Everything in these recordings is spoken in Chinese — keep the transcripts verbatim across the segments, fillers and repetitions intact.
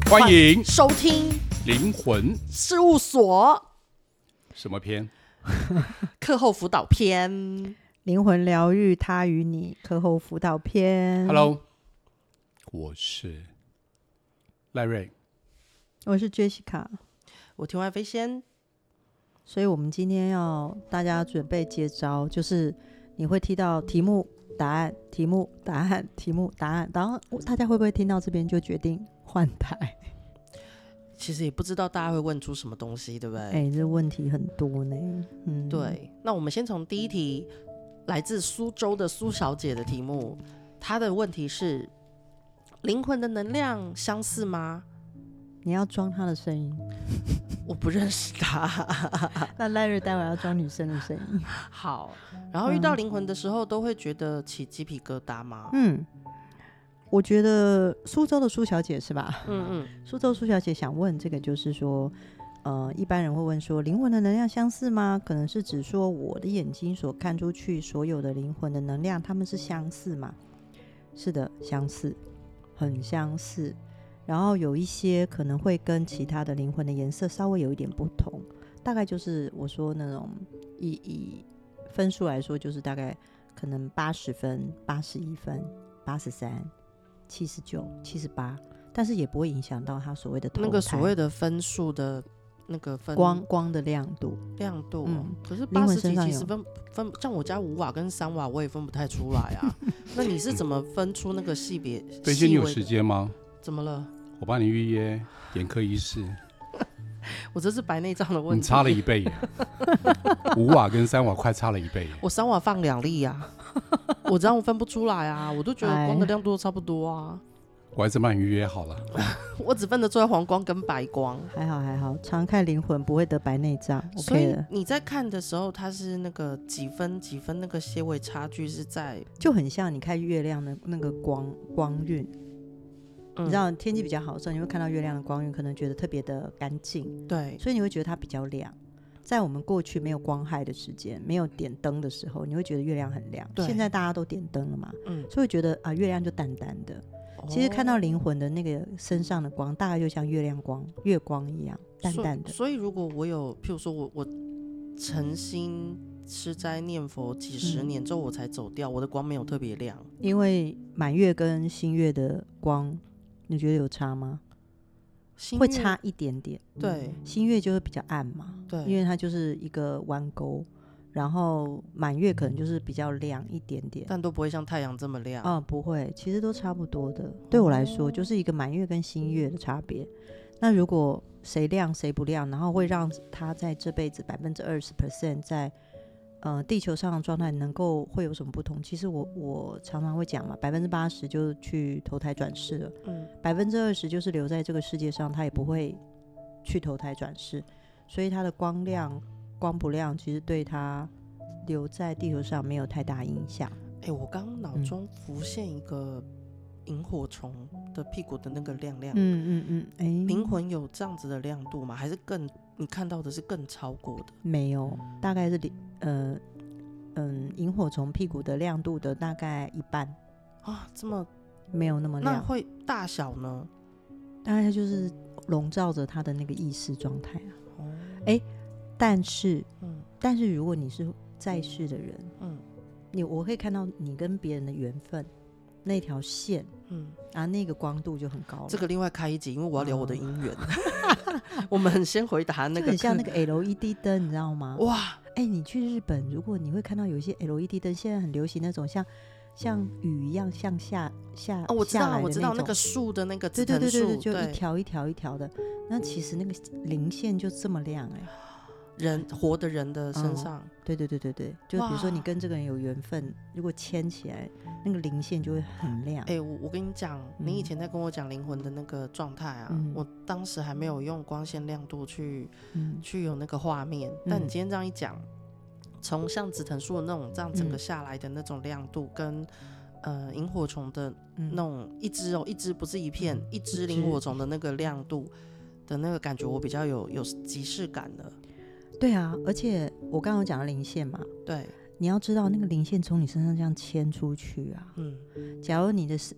欢迎收听灵魂事务所什么篇？ 课后辅导篇， 灵魂疗愈他与你课后辅导篇。 Hello， 我是赖瑞， 我是 Jessica。 我天外飞仙。 所以我们今天要大家准备接招，就是你会听到题目答案题目答案题目答案，然后大家会不会听到这边就决定换台？ 其实也不知道大家会问出什么东西，对不对？ 哎、欸，这问题很多呢。嗯， 对。那我们先从第一题，来自苏州的苏小姐的题目，她的问题是：灵魂的能量相似吗？ 你要装她的声音。 我不认识她。 那赖瑞待会要装女生的声音。 好。然后遇到灵魂的时候，都会觉得起鸡皮疙瘩吗？ 嗯。我觉得苏州的苏小姐是吧？ 嗯嗯， 苏州苏小姐想问这个，就是说，呃，一般人会问说，灵魂的能量相似吗？可能是指说我的眼睛所看出去所有的灵魂的能量，它们是相似吗？是的，相似，很相似。然后有一些可能会跟其他的灵魂的颜色稍微有一点不同，大概就是我说那种以以分数来说，就是大概可能八十分、八十一分、八十三。七十九、七十八，但是也不会影响到他所谓的投胎那个所谓的分数的那个分光光的亮度亮度、 嗯、 可是八十几其实分分像我家五瓦跟三瓦我也分不太出来啊。那你是怎么分出那个系别？ 飞仙，你有时间吗？ 怎么了？ 我帮你预约眼科医师。 我这是白内障的问题。 你差了一倍耶。五瓦跟三瓦快差了一倍耶。 我三瓦放两粒啊。我这样我分不出来啊，我都觉得光的亮度都差不多啊。 我还是帮你预约好了。 我只分得出来黄光跟白光。 还好还好，常看灵魂不会得白内障。 所以你在看的时候，它是那个几分几分，那个些微差距是在， 就很像你看月亮的那个光光晕。嗯、你知道天气比较好的时候，你会看到月亮的光晕，可能觉得特别的干净。 对， 所以你会觉得它比较亮。在我们过去没有光害的时间，没有点灯的时候，你会觉得月亮很亮。现在大家都点灯了嘛，嗯，所以会觉得啊，月亮就淡淡的。哦、其实看到灵魂的那个身上的光，大概就像月亮光、月光一样，淡淡的。 所以，所以如果我有，譬如说我我诚心吃斋念佛几十年之后我才走掉，嗯、我的光没有特别亮， 因为满月跟新月的光，你觉得有差吗？会差一点点， 对， 新月就会比较暗嘛， 对， 因为它就是一个弯钩，然后满月可能就是比较亮一点点， 但都不会像太阳这么亮。 嗯，不会，其实都差不多的。对我来说，就是一个满月跟新月的差别。那如果谁亮谁不亮，然后会让他在这辈子百分之二十 percent 在呃地球上的状态能够会有什么不同？其实我我常常会讲嘛，百分之八十就去投胎转世了，嗯，百分之二十就是留在这个世界上，他也不会去投胎转世，所以他的光亮光不亮，其实对他留在地球上没有太大影响。 哎、欸，我刚脑中浮现一个萤火虫的屁股的那个亮亮， 嗯嗯嗯，哎、欸， 灵魂有这样子的亮度吗？还是更你看到的是更超过的？ 没有，大概是呃嗯，萤火虫屁股的亮度的大概一半啊，这么没有那么亮。 那会大小呢？ 大概就是笼罩着它的那个意识状态啊。哦，哎、欸，但是，嗯，但是如果你是在世的人，嗯，你我可以看到你跟别人的缘分那条线，嗯，啊，那个光度就很高了。 这个另外开一集，因为我要聊我的姻缘。哦、我们先回答那个， 很像那个 L E D 灯，你知道吗？ 哇， 哎、欸，你去日本，如果你会看到有一些 L E D 灯，现在很流行那种像像雨一样向下下哦，我知道，我知道那那个树的那个紫藤树，对对对对，就一条一条一条的。那其实那个零线就这么亮哎、欸。 人活的人的身上、嗯、 对对对对对，就比如说你跟这个人有缘分，如果牵起来那个零线就会很亮。 哎、欸，我我跟你讲、嗯、你以前在跟我讲灵魂的那个状态啊、嗯、我当时还没有用光线亮度去、嗯、去有那个画面、嗯、但你今天这样一讲，从像紫藤树的那种这样整个下来的那种亮度跟、嗯、呃萤火虫的那种一只哦一只不是一片、嗯、一只萤火虫的那个亮度的那个感觉，我比较有有即视感的。 对啊，而且我刚刚讲的零线嘛， 对， 你要知道那个零线从你身上这样牵出去啊，嗯，假如你的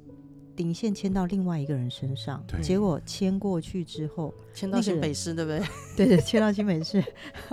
顶线牵到另外一个人身上，结果牵过去之后， 牵到新北市，对不对？ 对对，牵到新北市。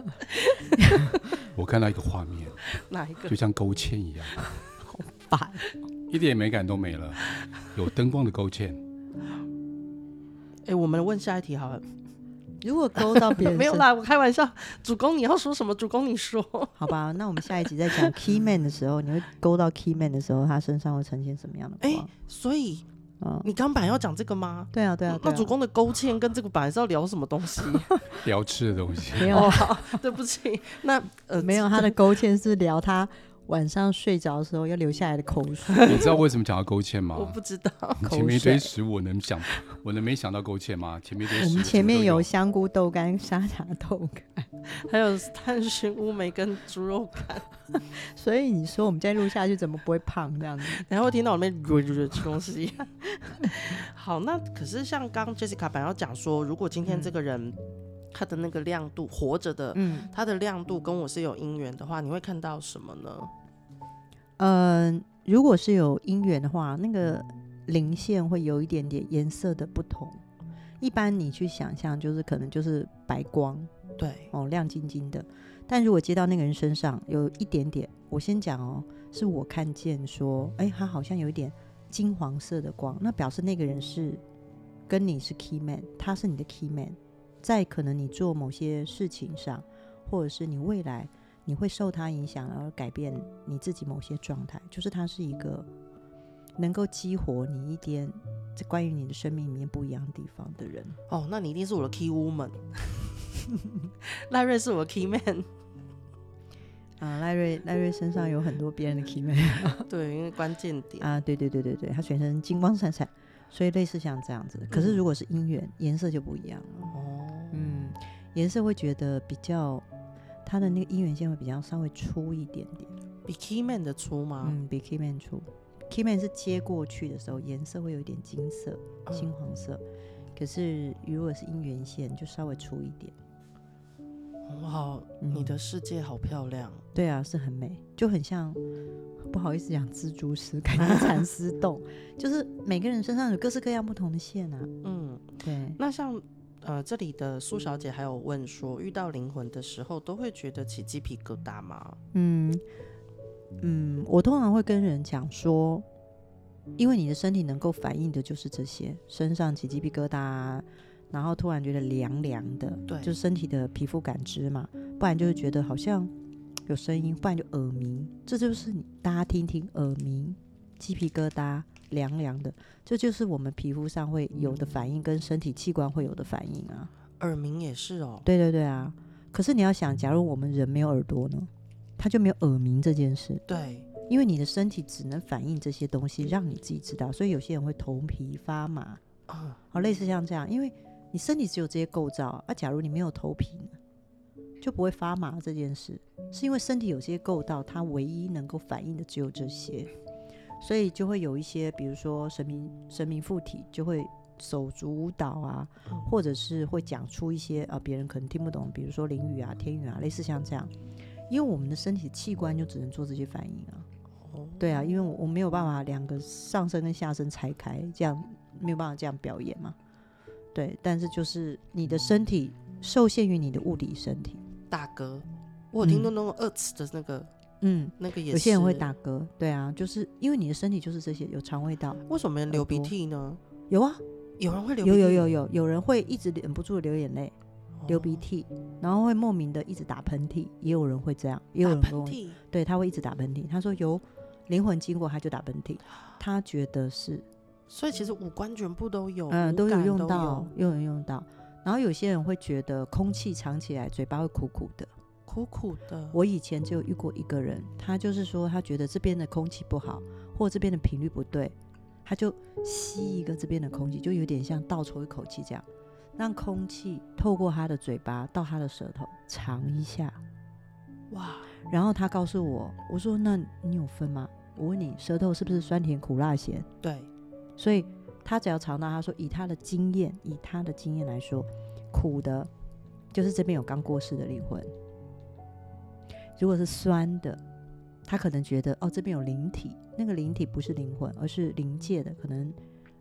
我看到一个画面， 哪一个？ 就像勾芡一样， 好烦， 一点美感都没了，有灯光的勾芡。 哎、欸，我们问下一题好了。 如果勾到别人没有啦，我开玩笑。主公你要说什么？主公你说。 好吧，那我们下一集在讲 key man 的时候，你会勾到 key man 的时候，他身上会呈现什么样的光？哎、 欸，所以， 嗯， 你刚本来要讲这个吗？ 对啊，对啊。 那主公的勾芡跟这个本来是要聊什么东西？ 聊吃的东西。 没有、 哦，好，对不起。那呃， 没有，他的勾芡是聊他晚上睡着的时候要流下来的口水。 你知道为什么讲到勾芡吗？ 我不知道。 前面一堆食物，我能想，我能没想到勾芡吗？前面一堆食物， 我们前面有香菇豆干、沙茶豆干， 还有碳熏乌梅跟猪肉干。 所以你说我们再录下去怎么不会胖这样子？ 然后会听到我们那边吃东西。好，那可是像刚 Jessica 本来要讲说，如果今天这个人、嗯、他的那个亮度活着的，嗯，他的亮度跟我是有姻缘的话，你会看到什么呢？ 嗯、呃，如果是有姻缘的话，那个零线会有一点点颜色的不同。一般你去想象，就是可能就是白光， 对， 哦，亮晶晶的。但如果接到那个人身上有一点点，我先讲哦，是我看见说，哎，他好像有一点金黄色的光，那表示那个人是跟你是 key man， 他是你的 key man， 在可能你做某些事情上，或者是你未来你会受他影响而改变你自己某些状态，就是他是一个能够激活你一点关于你的生命里面不一样的地方的人。 哦，那你一定是我的 key woman。赖瑞是我的 key man。 啊，赖瑞赖瑞身上有很多别人的 key man。 对，因为关键点啊，对对对对对，他全身金光闪闪，所以类似像这样子。可是如果是姻缘，颜色就不一样了。哦，嗯，颜色会觉得比较，他的那个姻缘线会比较稍微粗一点点。 比 key man 的粗吗？ 嗯，比 key man 粗。key man 是接过去的时候，颜色会有点金色、金黄色。嗯，可是如果是姻缘线，就稍微粗一点。 哇，嗯，你的世界好漂亮。 对啊，是很美，就很像，不好意思讲蜘蛛丝，感觉蚕丝洞，就是每个人身上有各式各样不同的线啊。嗯，对。 那像呃这里的苏小姐还有问说，遇到灵魂的时候都会觉得起鸡皮疙瘩吗？ 嗯嗯，我通常会跟人讲说，因为你的身体能够反应的就是这些，身上起鸡皮疙瘩，然后突然觉得凉凉的， 对， 就是身体的皮肤感知嘛，不然就是觉得好像有声音，不然就耳鸣，这就是你大家听听，耳鸣、鸡皮疙瘩、凉凉的，这就是我们皮肤上会有的反应，跟身体器官会有的反应啊。 耳鸣也是哦。 对对对啊，可是你要想，假如我们人没有耳朵呢，他就没有耳鸣这件事。 对， 因为你的身体只能反映这些东西，让你自己知道，所以有些人会头皮发麻，哦，好，类似像这样，因为你身体只有这些构造啊，假如你没有头皮呢，就不会发麻这件事，是因为身体有些构造，它唯一能够反映的只有这些，所以就会有一些，比如说神明神明附体，就会手足舞蹈啊，或者是会讲出一些呃别人可能听不懂，比如说灵语啊、天语啊，类似像这样，因为我们的身体器官就只能做这些反应啊。对啊，因为我没有办法两个上身跟下身拆开，这样没有办法这样表演嘛。对，但是就是你的身体受限于你的物理身体。 打嗝，我有听到那种二次的那个，嗯，那个也是有些人会打嗝。对啊，就是因为你的身体就是这些，有肠胃道。 为什么没人流鼻涕呢？ 有啊， 有人会流鼻涕， 有有有有有人会一直忍不住流眼泪、流鼻涕，然后会莫名的一直打喷嚏，也有人会这样，也有人跟我，对，他会一直打喷嚏。他说有灵魂经过，他就打喷嚏，他觉得是。 所以其实五官全部都有， 嗯，都有用到，有人用到。然后有些人会觉得空气藏起来，嘴巴会苦苦的， 苦苦的。 我以前就有遇过一个人，他就是说他觉得这边的空气不好，或者这边的频率不对，他就吸一个这边的空气，就有点像倒抽一口气这样，让空气透过他的嘴巴到他的舌头尝一下。哇！然后他告诉我，我说那你有分吗？我问你，舌头是不是酸甜苦辣咸？ 对。 所以他只要尝到，他说以他的经验，以他的经验来说，苦的就是这边有刚过世的灵魂；如果是酸的，他可能觉得哦这边有灵体，那个灵体不是灵魂，而是灵界的，可能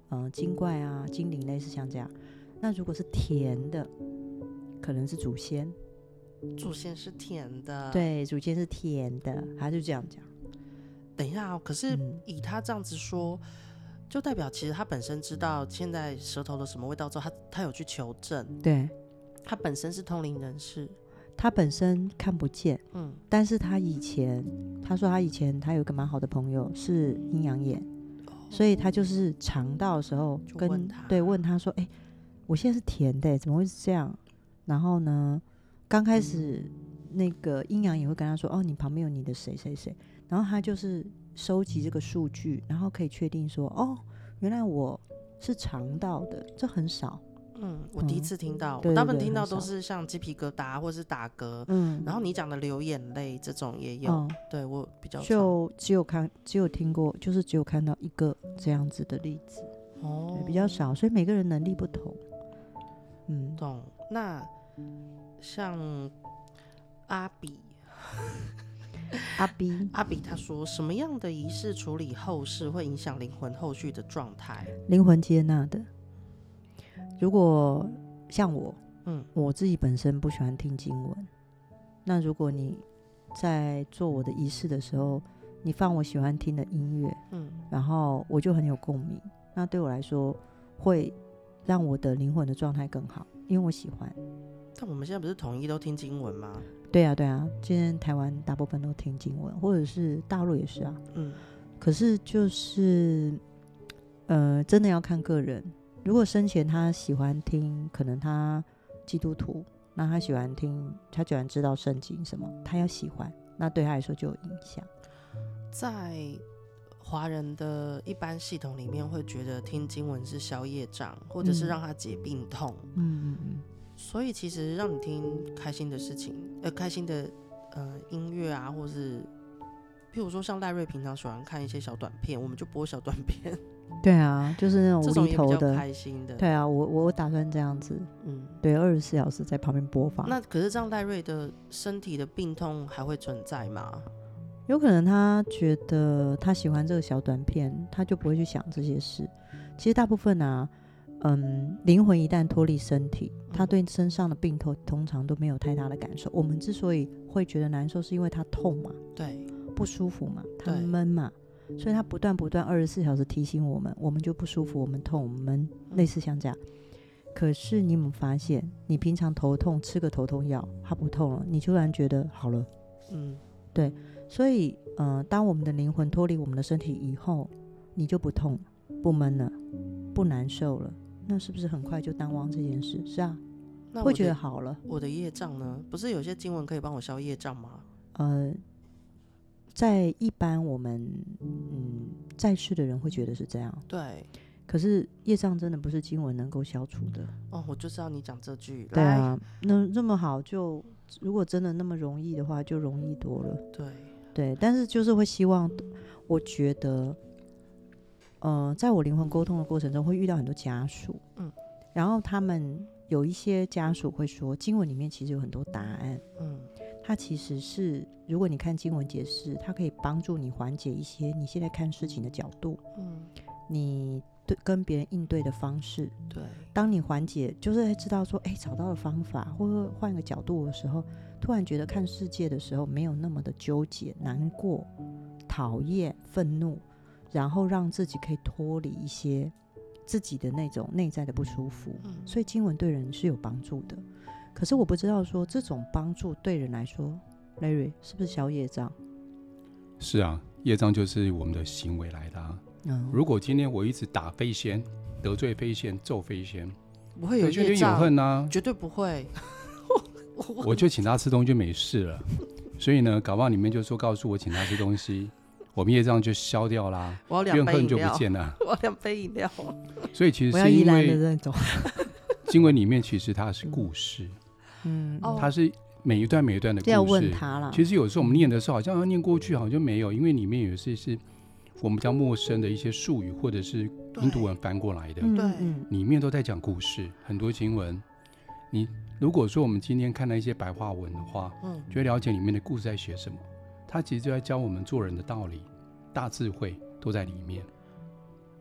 呃精怪啊、精灵类似像这样。那如果是甜的，可能是祖先。 祖先是甜的， 对，祖先是甜的，他就这样讲。 等一下、哦，可是以他这样子说，嗯、就代表其实他本身知道现在舌头的什么味道之后，他他有去求证。 对， 他本身是通灵人士， 他本身看不见， 嗯， 但是他以前他说他以前他有一个蛮好的朋友是阴阳眼，哦、所以他就是尝到的时候跟问他对问他说，哎、欸，我现在是甜的，怎么会是这样？然后呢？刚开始、嗯、那个阴阳也会跟他说，哦，你旁边有你的谁谁谁，然后他就是收集这个数据，然后可以确定说，哦，原来我是尝到的，这很少。 嗯，我第一次听到， 嗯、 我大部分听到都是像鸡皮疙瘩或是打嗝，嗯，然后你讲的流眼泪这种也有，嗯、对我比较就只有看只有听过，就是只有看到一个这样子的例子，哦，对，比较少，所以每个人能力不同。嗯， 懂。那像阿比阿比阿比他说，什么样的仪式处理后事会影响灵魂后续的状态？ 灵魂接纳的。如果像我，嗯，我自己本身不喜欢听经文，那如果你在做我的仪式的时候，你放我喜欢听的音乐，嗯，然后我就很有共鸣，那对我来说会让我的灵魂的状态更好，因为我喜欢。 但我们现在不是统一都听经文吗？ 对啊对啊，今天台湾大部分都听经文，或者是大陆也是啊。嗯，可是就是呃，真的要看个人。如果生前他喜欢听，可能他基督徒，那他喜欢听，他喜欢知道圣经什么，他要喜欢，那对他来说就有影响。 在华人的一般系统里面，会觉得听经文是消业障，或者是让他解病痛。嗯嗯嗯。所以其实让你听开心的事情，呃，开心的呃音乐啊，或是譬如说像赖瑞平常喜欢看一些小短片，我们就播小短片。 对啊，就是那种无厘头的， 这种也比较开心的。 对啊，我我打算这样子，嗯，对，二十四小时在旁边播放。 那可是这样，赖瑞的身体的病痛还会存在吗？ 有可能他觉得他喜欢这个小短片，他就不会去想这些事。其实大部分啊。嗯，灵魂一旦脱离身体，他对身上的病痛通常都没有太大的感受。我们之所以会觉得难受，是因为他痛嘛， 对， 不舒服嘛，他闷嘛，所以他不断不断二十四小时提醒我们，我们就不舒服，我们痛，我们闷，类似像这样。可是你有没有发现，你平常头痛吃个头痛药，它不痛了，你突然觉得好了，嗯，对，所以呃，当我们的灵魂脱离我们的身体以后，你就不痛不闷了，不难受了。那是不是很快就淡忘这件事？是啊， 那会觉得好了。 我的业障呢？不是有些经文可以帮我消业障吗？ 呃，在一般我们嗯在世的人会觉得是这样， 对。 可是业障真的不是经文能够消除的。 哦，我就知道你讲这句。 对啊，那这么好就，如果真的那么容易的话，就容易多了。 对对，但是就是会希望，我觉得。呃，在我灵魂沟通的过程中，会遇到很多家属，嗯，然后他们有一些家属会说，经文里面其实有很多答案，嗯，它其实是，如果你看经文解释，它可以帮助你缓解一些你现在看事情的角度，嗯，你对跟别人应对的方式， 对， 当你缓解，就是知道说，哎，找到了方法，或者换个角度的时候，突然觉得看世界的时候没有那么的纠结、难过、讨厌、愤怒。然后让自己可以脱离一些自己的那种内在的不舒服，嗯，所以经文对人是有帮助的。可是我不知道说这种帮助对人来说 Larry 是不是消业障？ 是啊，业障就是我们的行为来的啊，嗯，如果今天我一直打飞仙，得罪飞仙，咒飞仙， 不会有业障， 有恨啊， 绝对不会。 我就请他吃东西就没事了。所以呢，搞不好你们就说告诉我请他吃东西，我们业障就消掉啦， 我要两杯饮料， 怨恨就不见了。 我要两杯饮料。 所以其实是因为经文里面其实它是故事，嗯，它是每一段每一段的故事。 要问他啦。 其实有时候我们念的时候，好像要念过去，好像就没有，因为里面有些是我们比较陌生的一些术语，或者是印度文翻过来的， 对， 里面都在讲故事。很多经文，你如果说我们今天看了一些白话文的话，嗯，就会了解里面的故事在写什么。它其实就在教我们做人的道理，大智慧都在里面。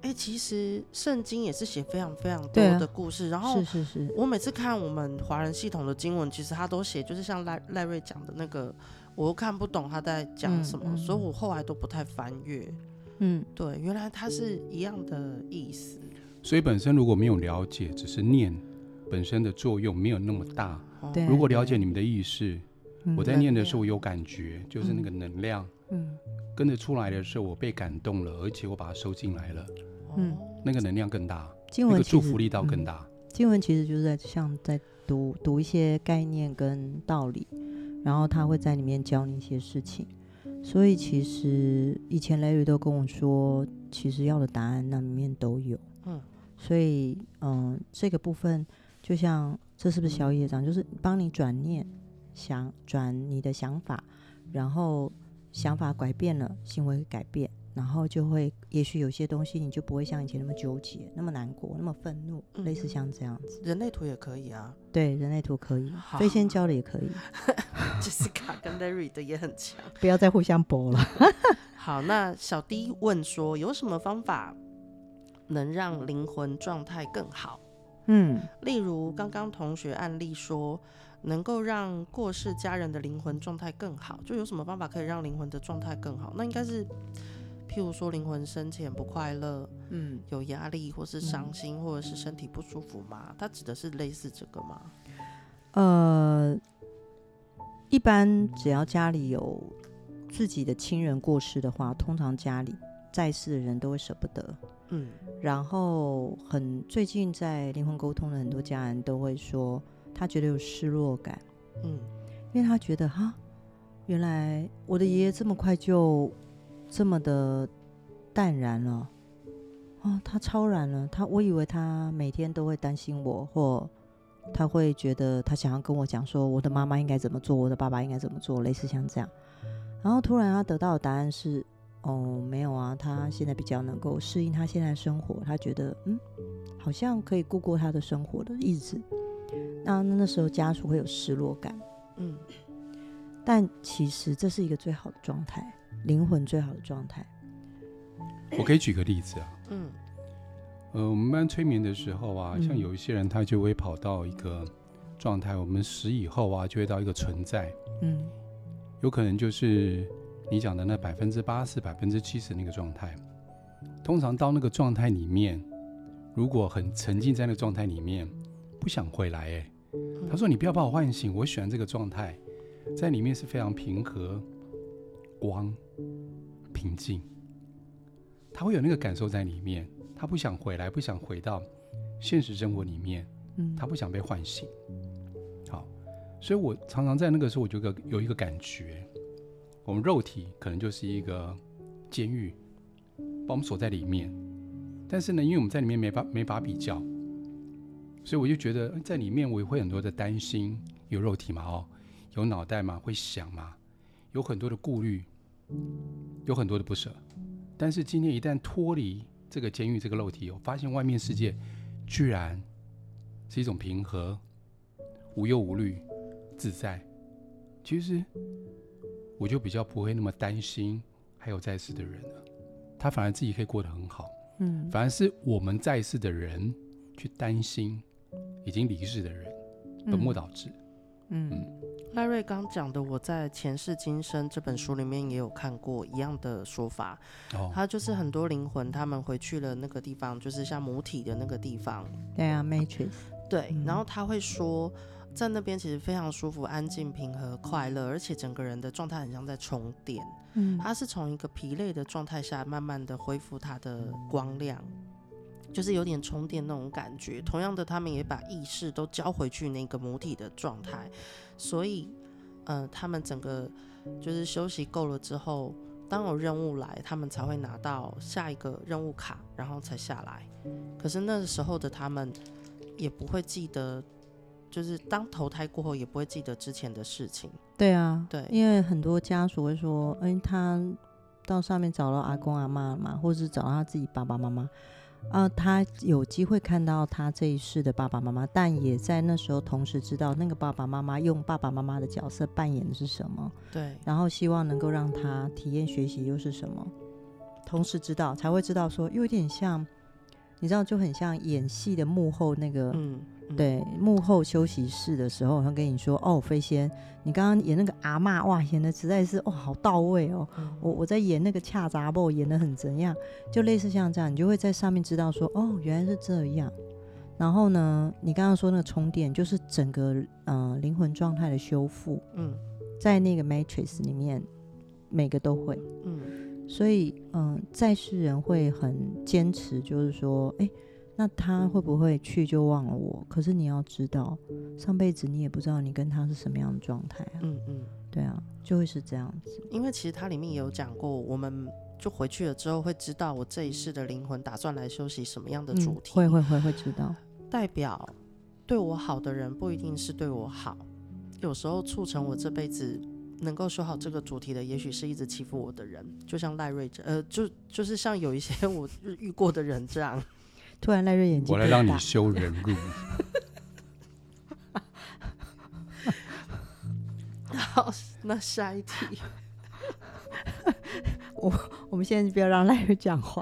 哎、欸，其实圣经也是写非常非常多的故事，啊、然后是是是， 我每次看我们华人系统的经文，其实他都写，就是像赖赖瑞讲的那个，我又看不懂他在讲什么、嗯嗯，所以我后来都不太翻阅。嗯，对，原来它是一样的意思。 所以本身如果没有了解，只是念本身的作用没有那么大。 对， 如果了解你们的意识，我在念的时候我有感觉，就是那个能量，嗯，跟着出来的时候我被感动了，而且我把它收进来了。嗯，那个能量更大， 经文那个祝福力道更大、 嗯。经文其实就是在像在读读一些概念跟道理，然后他会在里面教你一些事情。所以其实以前 Larry 都跟我说，其实要的答案那里面都有。嗯，所以嗯、呃，这个部分就像这是不是小业障，就是帮你转念，想转你的想法，然后想法改变了，行为改变。然后就会，也许有些东西你就不会像以前那么纠结、那么难过、那么愤怒，嗯、类似像这样子。 人类图也可以啊， 对，人类图可以，飞仙教的也可以。 Jessica 跟 Larry 的也很强， 不要再互相驳了。 好，那小 D 问说，有什么方法能让灵魂状态更好？嗯，例如刚刚同学案例说，能够让过世家人的灵魂状态更好，就有什么方法可以让灵魂的状态更好？那应该是，譬如说灵魂生前不快乐，嗯，有压力，或是伤心、嗯，或者是身体不舒服吗？它指的是类似这个吗？ 呃，一般只要家里有自己的亲人过世的话，通常家里在世的人都会舍不得。嗯，然后很最近在灵魂沟通的很多家人都会说，他觉得有失落感。嗯，因为他觉得哈，原来我的爷爷这么快就这么的淡然了，哦，他超然了。他我以为他每天都会担心我，或他会觉得他想要跟我讲说，我的妈妈应该怎么做，我的爸爸应该怎么做，类似像这样。然后突然他得到的答案是，哦，没有啊，他现在比较能够适应他现在的生活，他觉得嗯，好像可以过过他的生活的日子。那那时候家属会有失落感，嗯，但其实这是一个最好的状态，灵魂最好的状态。 我可以举个例子啊，嗯，呃，我们班催眠的时候啊，像有一些人他就会跑到一个状态，我们死以后啊，就会到一个存在，嗯，有可能就是你讲的那百分之八十、百分之七十那个状态。通常到那个状态里面，如果很沉浸在那个状态里面，不想回来，哎，他说你不要把我唤醒，我喜欢这个状态，在里面是非常平和、光、平静，他会有那个感受在里面，他不想回来，不想回到现实生活里面，他不想被唤醒。好，所以我常常在那个时候，我就有一个感觉，我们肉体可能就是一个监狱，把我们锁在里面，但是呢，因为我们在里面没法没法比较。所以我就觉得在里面我也会很多的担心，有肉体嘛，哦，有脑袋嘛，会想嘛，有很多的顾虑，有很多的不舍。但是今天一旦脱离这个监狱这个肉体，我发现外面世界居然是一种平和、无忧无虑、自在。其实我就比较不会那么担心还有在世的人了，他反而自己可以过得很好。嗯，反而是我们在世的人去担心已经离世的人，本末倒置。嗯，嗯赖瑞刚讲的，我在《前世今生》这本书里面也有看过一样的说法。哦，他就是很多灵魂，他们回去了那个地方，就是像母体的那个地方。 对啊 ，Matrix。 对、嗯，然后他会说，在那边其实非常舒服、安静、平和、快乐，而且整个人的状态很像在充电。嗯，他是从一个疲累的状态下，慢慢的恢复他的光亮。就是有点充电那种感觉。同样的，他们也把意识都交回去那个母体的状态，所以，呃，他们整个就是休息够了之后，当有任务来，他们才会拿到下一个任务卡，然后才下来。可是那时候的他们也不会记得，就是当投胎过后也不会记得之前的事情。 对啊， 对， 因为很多家属会说，哎，他到上面找到阿公阿嬷嘛，或者是找到他自己爸爸妈妈。啊，他有机会看到他这一世的爸爸妈妈，但也在那时候同时知道那个爸爸妈妈用爸爸妈妈的角色扮演的是什么， 对， 然后希望能够让他体验学习又是什么，同时知道才会知道说，又有点像你知道就很像演戏的幕后那个，嗯嗯、对，幕后休息室的时候，他跟你说，哦，飞仙，你刚刚演那个阿嬷，哇，演的实在是哦，好到位哦。嗯、我我在演那个恰杂布，演的很怎样，就类似像这样，你就会在上面知道说，哦，原来是这样。然后呢，你刚刚说那个充电，就是整个呃灵魂状态的修复，嗯，在那个 Matrix 里面，每个都会，嗯，所以嗯、呃，在世人会很坚持，就是说，哎。那他会不会去就忘了我？可是你要知道，上辈子你也不知道你跟他是什么样的状态啊。嗯嗯，对啊，就会是这样子。 因为其实它里面也有讲过，我们就回去了之后会知道我这一世的灵魂打算来休息什么样的主题。 嗯、会会会会知道。 代表对我好的人不一定是对我好，有时候促成我这辈子能够修好这个主题的，也许是一直欺负我的人，就像赖瑞这，呃，就就是像有一些我遇过的人这样。 突然赖瑞眼睛， 我来让你修人入。 好，那下一题。 我我们现在不要让赖瑞讲话。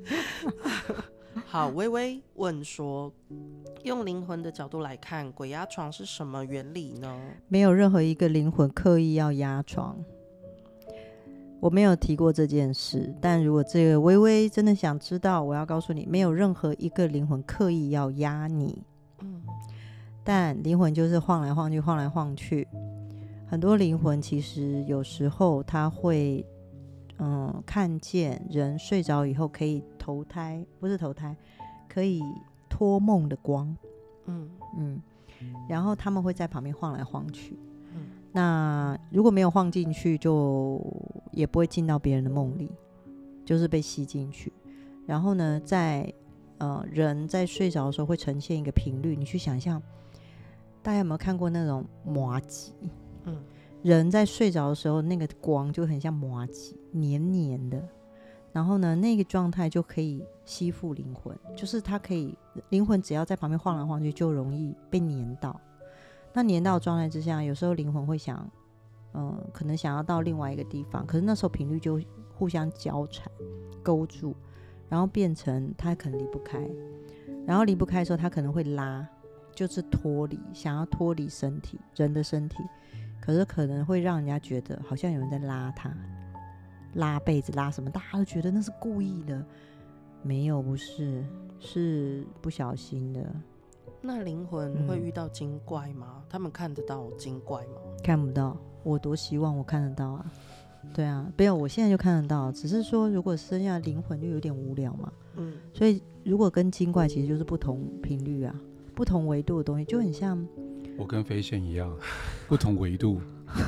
好，微微问说，用灵魂的角度来看，鬼压床是什么原理呢？ 没有任何一个灵魂刻意要压床。我没有提过这件事，但如果这个微微真的想知道，我要告诉你，没有任何一个灵魂刻意要压你。嗯，但灵魂就是晃来晃去，晃来晃去。很多灵魂其实有时候他会，嗯，看见人睡着以后可以投胎，不是投胎，可以托梦的光。嗯嗯，然后他们会在旁边晃来晃去。那如果没有晃进去，就也不会进到别人的梦里，就是被吸进去。然后呢，在呃人在睡着的时候会呈现一个频率，你去想象，大家有没有看过那种麻糬？嗯，人在睡着的时候，那个光就很像麻糬，黏黏的。然后呢，那个状态就可以吸附灵魂，就是它可以灵魂只要在旁边晃来晃去，就容易被黏到。那黏到状态之下，有时候灵魂会想，嗯、呃，可能想要到另外一个地方，可是那时候频率就互相交缠、勾住，然后变成他可能离不开，然后离不开的时候，他可能会拉，就是脱离，想要脱离身体，人的身体，可是可能会让人家觉得好像有人在拉他，拉被子、拉什么，大家都觉得那是故意的，没有，不是，是不小心的。 那灵魂会遇到精怪吗？嗯、他们看得到精怪吗？ 看不到，我多希望我看得到啊！对啊，没有，我现在就看得到，只是说如果剩下灵魂就有点无聊嘛。嗯，所以如果跟精怪其实就是不同频率啊，不同维度的东西，就很像我跟飞仙一样，不同维度，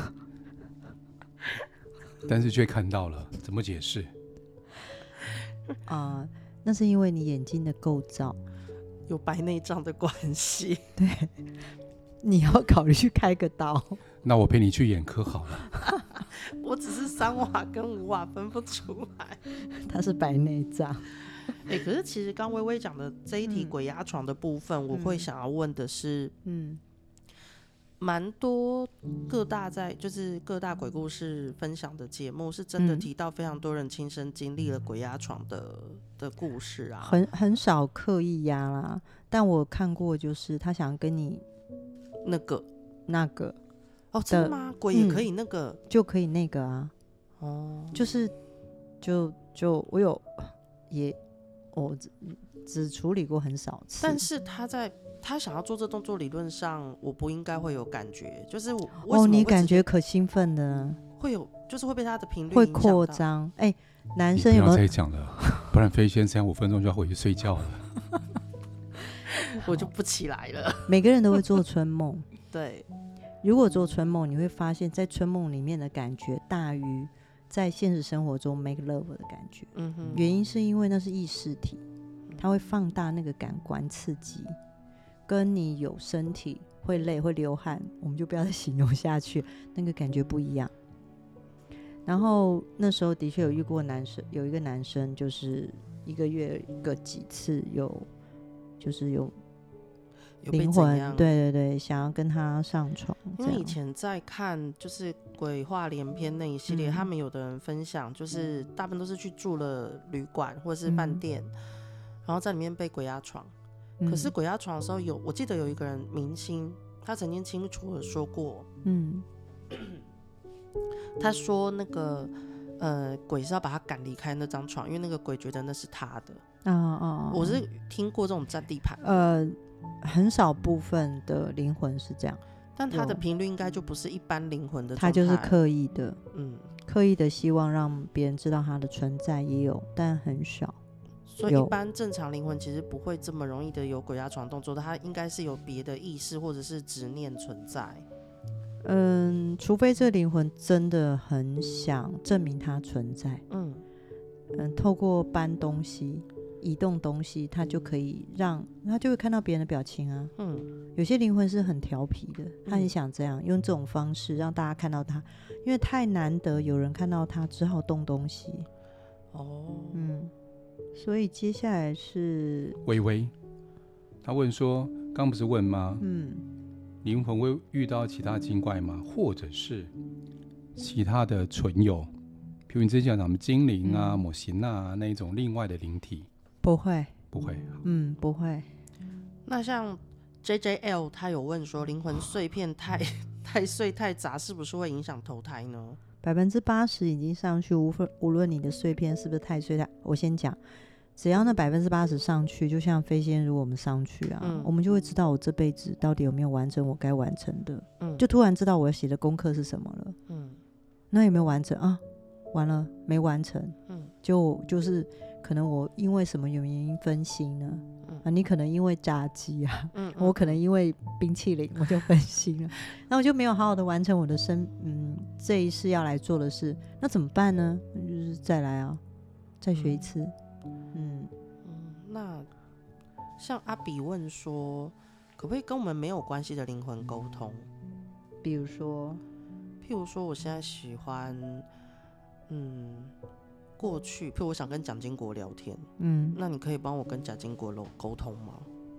但是却看到了，怎么解释？ 啊、呃，那是因为你眼睛的构造。 有白内障的关系， 对，你要考虑去开个刀。 那我陪你去眼科好了。 我只是三瓦跟五瓦分不出来。 他是白内障。 欸、可是其实刚微微讲的这一题鬼压床的部分、嗯、我会想要问的是，嗯，蛮多各大在就是各大鬼故事分享的节目是真的提到非常多人亲身经历了鬼压床的的故事啊， 很很少刻意压啦，但我看过就是他想跟你那个那个哦，真的吗？鬼也可以那个、 嗯、就可以那个啊，哦，就是就就我有也我只只处理过很少次， 但是他在他想要做这动作，理论上我不应该会有感觉，就是我为什么会哦，你感觉可兴奋的， 会有就是会被他的频率会扩张。哎、欸，男生有没有？ 不要再讲了，不然飞仙三五分钟就要回去睡觉了。 我就不起来了。 每个人都会做春梦， 对。 如果做春梦，你会发现在春梦里面的感觉大于在现实生活中 make love 的感觉。嗯哼。原因是因为那是意识体，它会放大那个感官刺激。跟你有身体会累会流汗，我们就不要再形容下去，那个感觉不一样。然后那时候的确有遇过男生，有一个男生就是一个月个几次有，就是有灵魂，对对对，想要跟他上床。 因为以前在看就是鬼话连篇那一系列、嗯，他们有的人分享，就是大部分都是去住了旅馆或是饭店。嗯， 然后在里面被鬼压床。 嗯、 可是鬼压床的时候有，我记得有一个人明星，他曾经清楚的说过， 嗯， 他说那个呃鬼是要把他赶离开那张床，因为那个鬼觉得那是他的。 啊啊！ 我是听过这种占地盘， 呃，很少部分的灵魂是这样， 但他的频率应该就不是一般灵魂的状态， 他就是刻意的， 嗯， 刻意的希望让别人知道他的存在，也有，但很少。 所以一般正常灵魂其实不会这么容易的有鬼压床动作，他应该是有别的意识或者是执念存在。 嗯，除非这灵魂真的很想证明它存在，嗯嗯，透过搬东西、移动东西，它就可以让他就会看到别人的表情啊。嗯，有些灵魂是很调皮的，他很想这样、嗯、用这种方式让大家看到他，因为太难得有人看到他，只好动东西。哦，嗯，所以接下来是微微，他问说，刚不是问吗？ 嗯。 灵魂会遇到其他精怪吗？或者是其他的存有，比如你之前讲什么精灵啊、某型啊那一种另外的灵体？ 不会， 不会， 嗯，不会。 那像 J J L 他有问说，灵魂碎片太太碎太杂，是不是会影响投胎呢？ 百分之八十已经上去，无无论你的碎片是不是太碎太，我先讲。只要那百分之八十上去，就像飞仙，如果我们上去啊、嗯，我们就会知道我这辈子到底有没有完成我该完成的，嗯，就突然知道我写的功课是什么了，嗯，那有没有完成啊？完了，没完成，嗯，就就是可能我因为什么原因分心呢？嗯、啊，你可能因为炸鸡啊，嗯，我可能因为冰淇淋我就分心了，那我就没有好好的完成我的生，嗯，这一世要来做的事，那怎么办呢？就是再来啊，再学一次。嗯嗯嗯，那像阿比问说，可不可以跟我们没有关系的灵魂沟通？ 比如说， 譬如说，我现在喜欢，嗯，过去，譬如我想跟蒋经国聊天，嗯，那你可以帮我跟蒋经国沟通吗？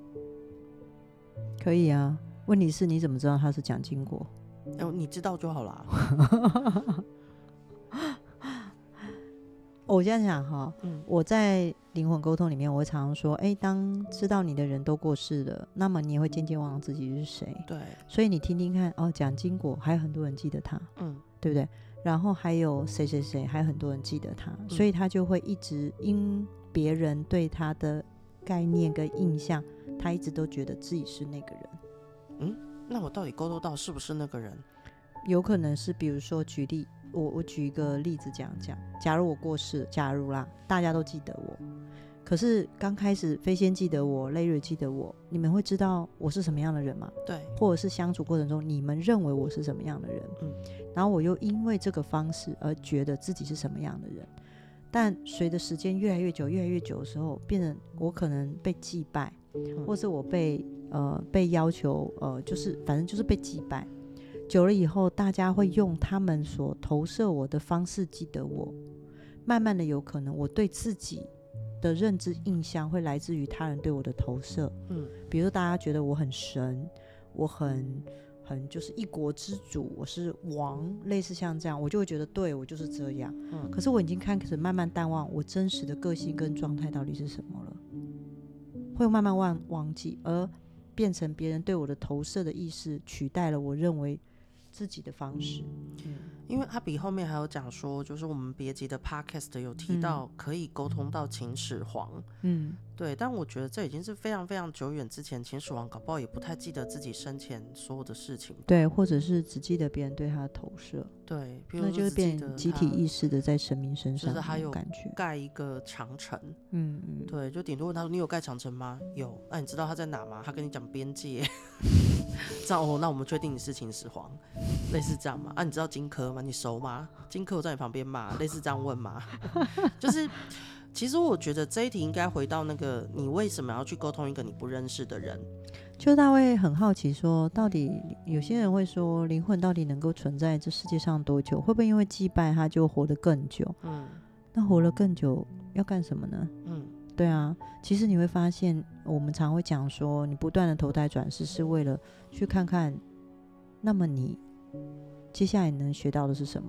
可以啊，问题是你怎么知道他是蒋经国？ 哎、你知道就好啦。 我这样讲哈、嗯，我在灵魂沟通里面，我会常常说，哎，当知道你的人都过世了，那么你也会渐渐忘了自己是谁。 对， 所以你听听看，哦，蒋经国还有很多人记得他，嗯，对不对？然后还有谁谁谁，还有很多人记得他，嗯、所以他就会一直因别人对他的概念跟印象，他一直都觉得自己是那个人。 嗯，那我到底沟通到是不是那个人？ 有可能是，比如说举例。我, 我举一个例子讲讲，假如我过世，假如啦，大家都记得我，可是刚开始飞仙记得我，雷瑞记得我，你们会知道我是什么样的人吗？ 对， 或者是相处过程中你们认为我是什么样的人？嗯，然后我又因为这个方式而觉得自己是什么样的人，但随着时间越来越久越来越久的时候，变成我可能被祭拜，嗯、或是我被呃被要求呃就是反正就是被祭拜。久了以后，大家会用他们所投射我的方式记得我，慢慢的有可能我对自己的认知印象会来自于他人对我的投射。嗯，比如说大家觉得我很神，我很很就是一国之主，我是王，类似像这样，我就会觉得对我就是这样。嗯，可是我已经开始慢慢淡忘我真实的个性跟状态到底是什么了，会慢慢忘忘记，而变成别人对我的投射的意识取代了我认为自己的方式。嗯， 因为阿比后面还有讲说，就是我们别集的 podcast 有提到可以沟通到秦始皇。嗯，对，但我觉得这已经是非常非常久远之前，秦始皇搞不好也不太记得自己生前所有的事情。 对，或者是只记得别人对他的投射。 对，比如那就变集体意识的在神明身上， 就是他有感觉盖一个长城。嗯嗯，对，就顶多问他说：“你有盖长城吗？”有。那你知道他在哪吗？他跟你讲边界。这样哦，那我们确定你是秦始皇，类似这样嘛？啊，你知道荆轲吗？你熟吗？荆轲我在你旁边嘛，类似这样问嘛？就是，其实我觉得这一题应该回到那个，你为什么要去沟通一个你不认识的人？ 就他会很好奇说，到底有些人会说，灵魂到底能够存在这世界上多久？会不会因为祭拜他就活得更久？嗯，那活得更久要干什么呢？嗯。对啊，其实你会发现，我们常会讲说，你不断的投胎转世是为了去看看，那么你接下来能学到的是什么，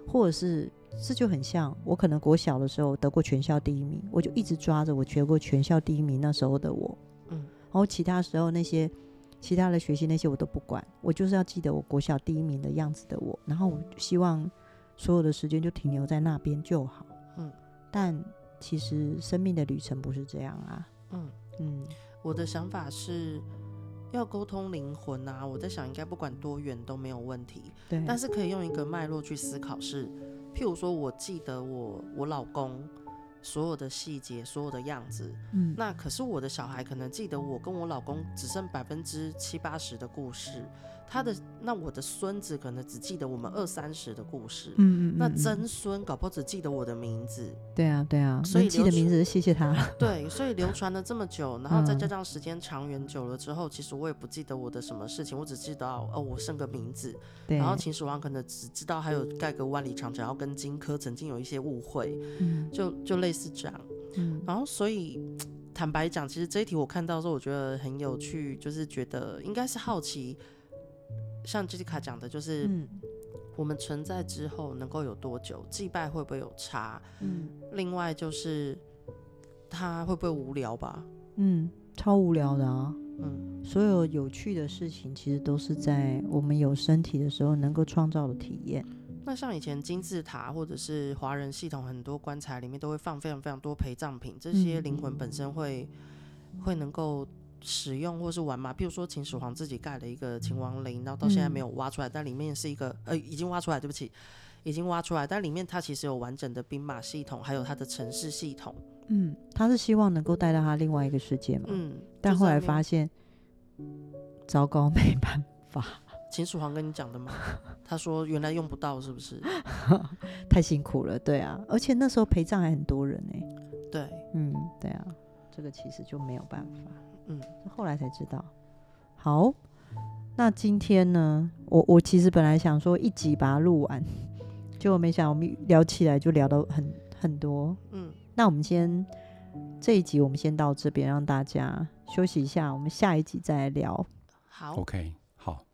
或者是这就很像我可能国小的时候得过全校第一名，我就一直抓着我学过全校第一名那时候的我，嗯，然后其他时候那些其他的学习那些我都不管，我就是要记得我国小第一名的样子的我，然后我希望所有的时间就停留在那边就好，嗯，但其实生命的旅程不是这样啊，嗯嗯，我的想法是要沟通灵魂啊，我在想应该不管多远都没有问题，对，但是可以用一个脉络去思考是，譬如说我记得我我老公所有的细节所有的样子，嗯，那可是我的小孩可能记得我跟我老公只剩百分之七八十的故事，他的那我的孙子可能只记得我们二三十的故事，嗯嗯嗯，那曾孙搞不好只记得我的名字， 对啊对啊，所以记得名字谢谢他， 对，所以流传了这么久，然后再加上时间长远久了之后，其实我也不记得我的什么事情，我只知道哦我剩个名字，然后秦始皇可能只知道还有盖个万里长城，然后跟荆轲曾经有一些误会，嗯，就就类似这样，嗯，然后所以坦白讲，其实这一题我看到的时候我觉得很有趣，就是觉得应该是好奇。像 Jessica 讲的，就是、嗯、我们存在之后能够有多久，祭拜会不会有差？嗯，另外就是他会不会无聊吧？ 嗯，超无聊的啊。嗯，所有有趣的事情其实都是在我们有身体的时候能够创造的体验。 那像以前金字塔或者是华人系统，很多棺材里面都会放非常非常多陪葬品，这些灵魂本身会、嗯、会能够使用或是玩嘛？譬如说秦始皇自己盖了一个秦王陵，然后到现在没有挖出来，嗯、但里面是一个呃已经挖出来，对不起，已经挖出来，但里面它其实有完整的兵马系统，还有它的城市系统。 嗯，他是希望能够带到他另外一个世界嘛？嗯，但后来发现，糟糕，没办法。 秦始皇跟你讲的吗？他说原来用不到，是不是？ 太辛苦了，对啊，而且那时候陪葬还很多人呢、欸。 对， 嗯，对啊，这个其实就没有办法。嗯，后来才知道。好，那今天呢，我我其实本来想说一集把它录完，结果没想到我们聊起来就聊到很很多。嗯，那我们先这一集我们先到这边，让大家休息一下，我们下一集再来聊。 好 ，OK， 好，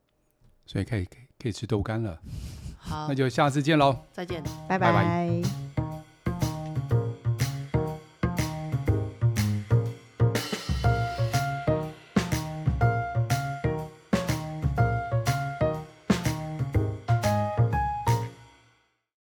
所以可以可以吃豆干了。 好， 那就下次见喽， 再见， 拜拜。拜拜。